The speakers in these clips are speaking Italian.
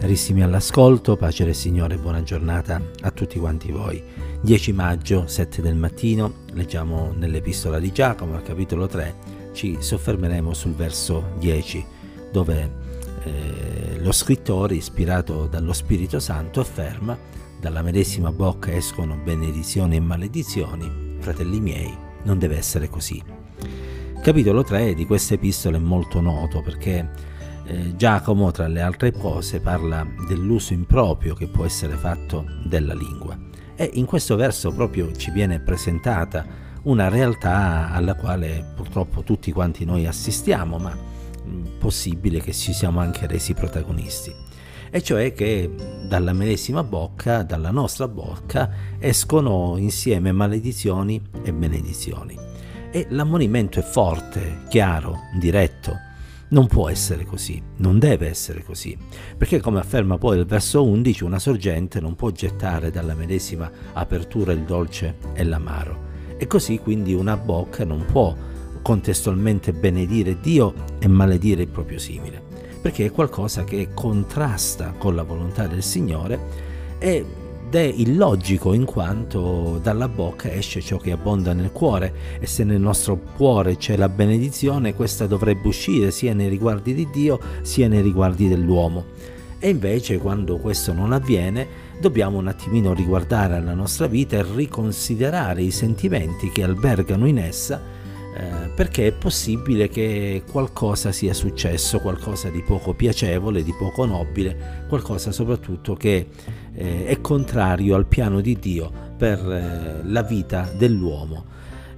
Carissimi all'ascolto, pace del Signore, buona giornata a tutti quanti voi. 10 maggio, 7 del mattino, leggiamo nell'Epistola di Giacomo, al capitolo 3, ci soffermeremo sul verso 10, dove lo scrittore, ispirato dallo Spirito Santo, afferma: dalla medesima bocca escono benedizioni e maledizioni, fratelli miei, non deve essere così. Capitolo 3 di questa epistola è molto noto perché Giacomo, tra le altre cose, parla dell'uso improprio che può essere fatto della lingua, e in questo verso proprio ci viene presentata una realtà alla quale purtroppo tutti quanti noi assistiamo, ma possibile che ci siamo anche resi protagonisti, e cioè che dalla medesima bocca, dalla nostra bocca, escono insieme maledizioni e benedizioni. E l'ammonimento è forte, chiaro, diretto. Non può essere così, non deve essere così, perché, come afferma poi il verso 11, una sorgente non può gettare dalla medesima apertura il dolce e l'amaro, e così quindi una bocca non può contestualmente benedire Dio e maledire il proprio simile, perché è qualcosa che contrasta con la volontà del Signore ed è illogico, in quanto dalla bocca esce ciò che abbonda nel cuore, e se nel nostro cuore c'è la benedizione, questa dovrebbe uscire sia nei riguardi di Dio sia nei riguardi dell'uomo. E invece, quando questo non avviene, dobbiamo un attimino riguardare la nostra vita e riconsiderare i sentimenti che albergano in essa, perché è possibile che qualcosa sia successo, qualcosa di poco piacevole, di poco nobile, qualcosa soprattutto che è contrario al piano di Dio per la vita dell'uomo.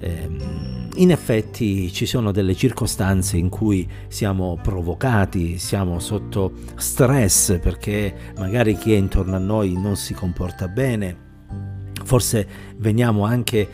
In effetti ci sono delle circostanze in cui siamo provocati, siamo sotto stress perché magari chi è intorno a noi non si comporta bene. Forse veniamo anche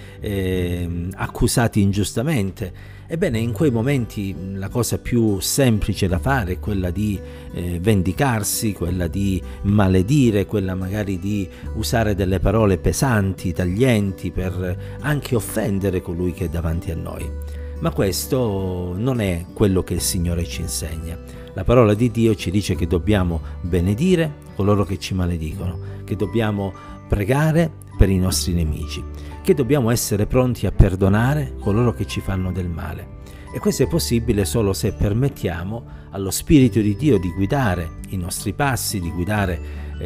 accusati ingiustamente. Ebbene, in quei momenti la cosa più semplice da fare è quella di vendicarsi, quella di maledire, quella magari di usare delle parole pesanti, taglienti, per anche offendere colui che è davanti a noi. Ma questo non è quello che il Signore ci insegna. La parola di Dio ci dice che dobbiamo benedire coloro che ci maledicono, che dobbiamo pregare per i nostri nemici, che dobbiamo essere pronti a perdonare coloro che ci fanno del male. E questo è possibile solo se permettiamo allo Spirito di Dio di guidare i nostri passi, di guidare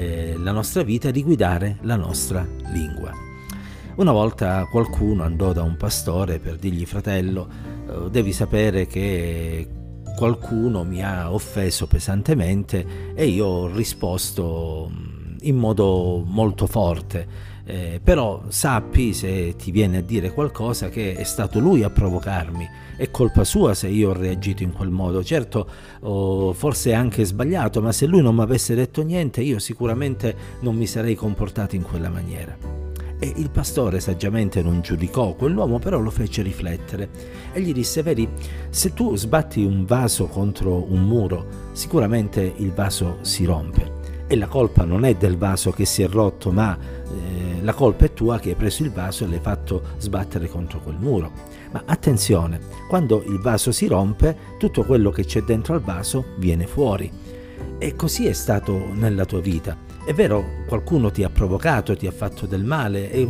la nostra vita, di guidare la nostra lingua. Una volta qualcuno andò da un pastore per dirgli: fratello, devi sapere che qualcuno mi ha offeso pesantemente e io ho risposto in modo molto forte. Però sappi, se ti viene a dire qualcosa, che è stato lui a provocarmi, è colpa sua se io ho reagito in quel modo. Certo, forse è anche sbagliato, ma se lui non mi avesse detto niente, io sicuramente non mi sarei comportato in quella maniera. E il pastore saggiamente non giudicò quell'uomo, però lo fece riflettere e gli disse: vedi, se tu sbatti un vaso contro un muro, sicuramente il vaso si rompe, e la colpa non è del vaso che si è rotto, ma la colpa è tua che hai preso il vaso e l'hai fatto sbattere contro quel muro. Ma attenzione, quando il vaso si rompe, tutto quello che c'è dentro al vaso viene fuori. E così è stato nella tua vita. È vero, qualcuno ti ha provocato, ti ha fatto del male, e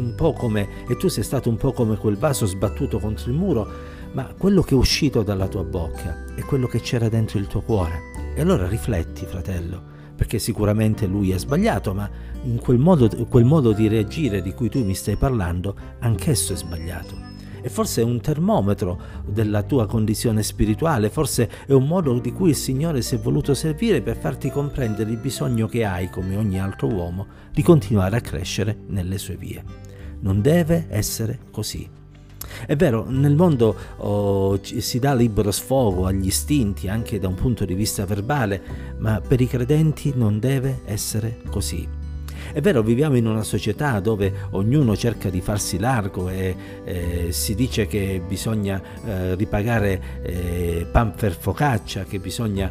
tu sei stato un po' come quel vaso sbattuto contro il muro, ma quello che è uscito dalla tua bocca è quello che c'era dentro il tuo cuore. E allora rifletti, fratello, perché sicuramente lui è sbagliato, ma in quel modo di reagire di cui tu mi stai parlando, anch'esso è sbagliato. E forse è un termometro della tua condizione spirituale, forse è un modo di cui il Signore si è voluto servire per farti comprendere il bisogno che hai, come ogni altro uomo, di continuare a crescere nelle sue vie. Non deve essere così. È vero, nel mondo si dà libero sfogo agli istinti anche da un punto di vista verbale, ma per i credenti non deve essere così. È vero, viviamo in una società dove ognuno cerca di farsi largo e si dice che bisogna ripagare pan per focaccia, che bisogna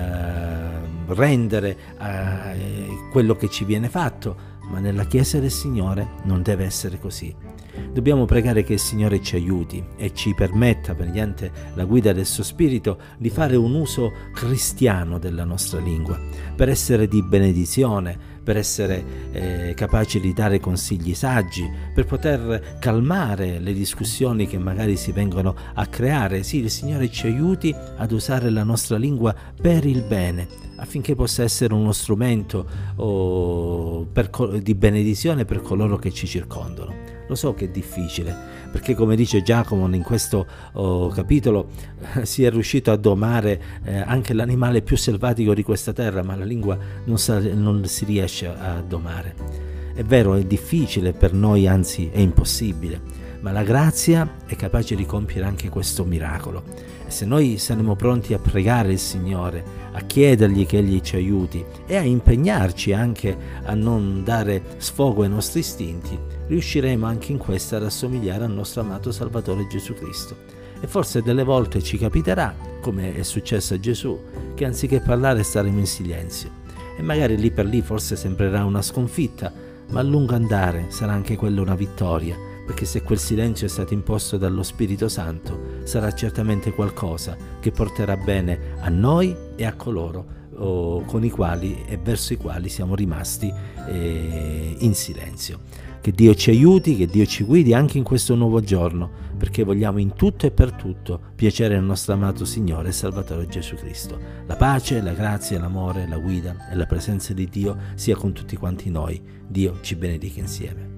rendere quello che ci viene fatto, ma nella Chiesa del Signore non deve essere così. Dobbiamo pregare che il Signore ci aiuti e ci permetta, mediante la guida del suo Spirito, di fare un uso cristiano della nostra lingua, per essere di benedizione, per essere capaci di dare consigli saggi, per poter calmare le discussioni che magari si vengono a creare. Sì, il Signore ci aiuti ad usare la nostra lingua per il bene, affinché possa essere uno strumento di benedizione per coloro che ci circondano. Lo so che è difficile, perché come dice Giacomo in questo capitolo, si è riuscito a domare anche l'animale più selvatico di questa terra, ma la lingua non si riesce a domare. È vero, è difficile per noi, anzi è impossibile, ma la grazia è capace di compiere anche questo miracolo. E se noi saremo pronti a pregare il Signore, a chiedergli che Egli ci aiuti e a impegnarci anche a non dare sfogo ai nostri istinti, riusciremo anche in questo ad assomigliare al nostro amato Salvatore Gesù Cristo. E forse delle volte ci capiterà, come è successo a Gesù, che anziché parlare staremo in silenzio. E magari lì per lì forse sembrerà una sconfitta, ma a lungo andare sarà anche quella una vittoria, perché se quel silenzio è stato imposto dallo Spirito Santo, sarà certamente qualcosa che porterà bene a noi e a coloro con i quali e verso i quali siamo rimasti in silenzio. Che Dio ci aiuti, che Dio ci guidi anche in questo nuovo giorno, perché vogliamo in tutto e per tutto piacere al nostro amato Signore e Salvatore Gesù Cristo. La pace, la grazia, l'amore, la guida e la presenza di Dio sia con tutti quanti noi. Dio ci benedica insieme.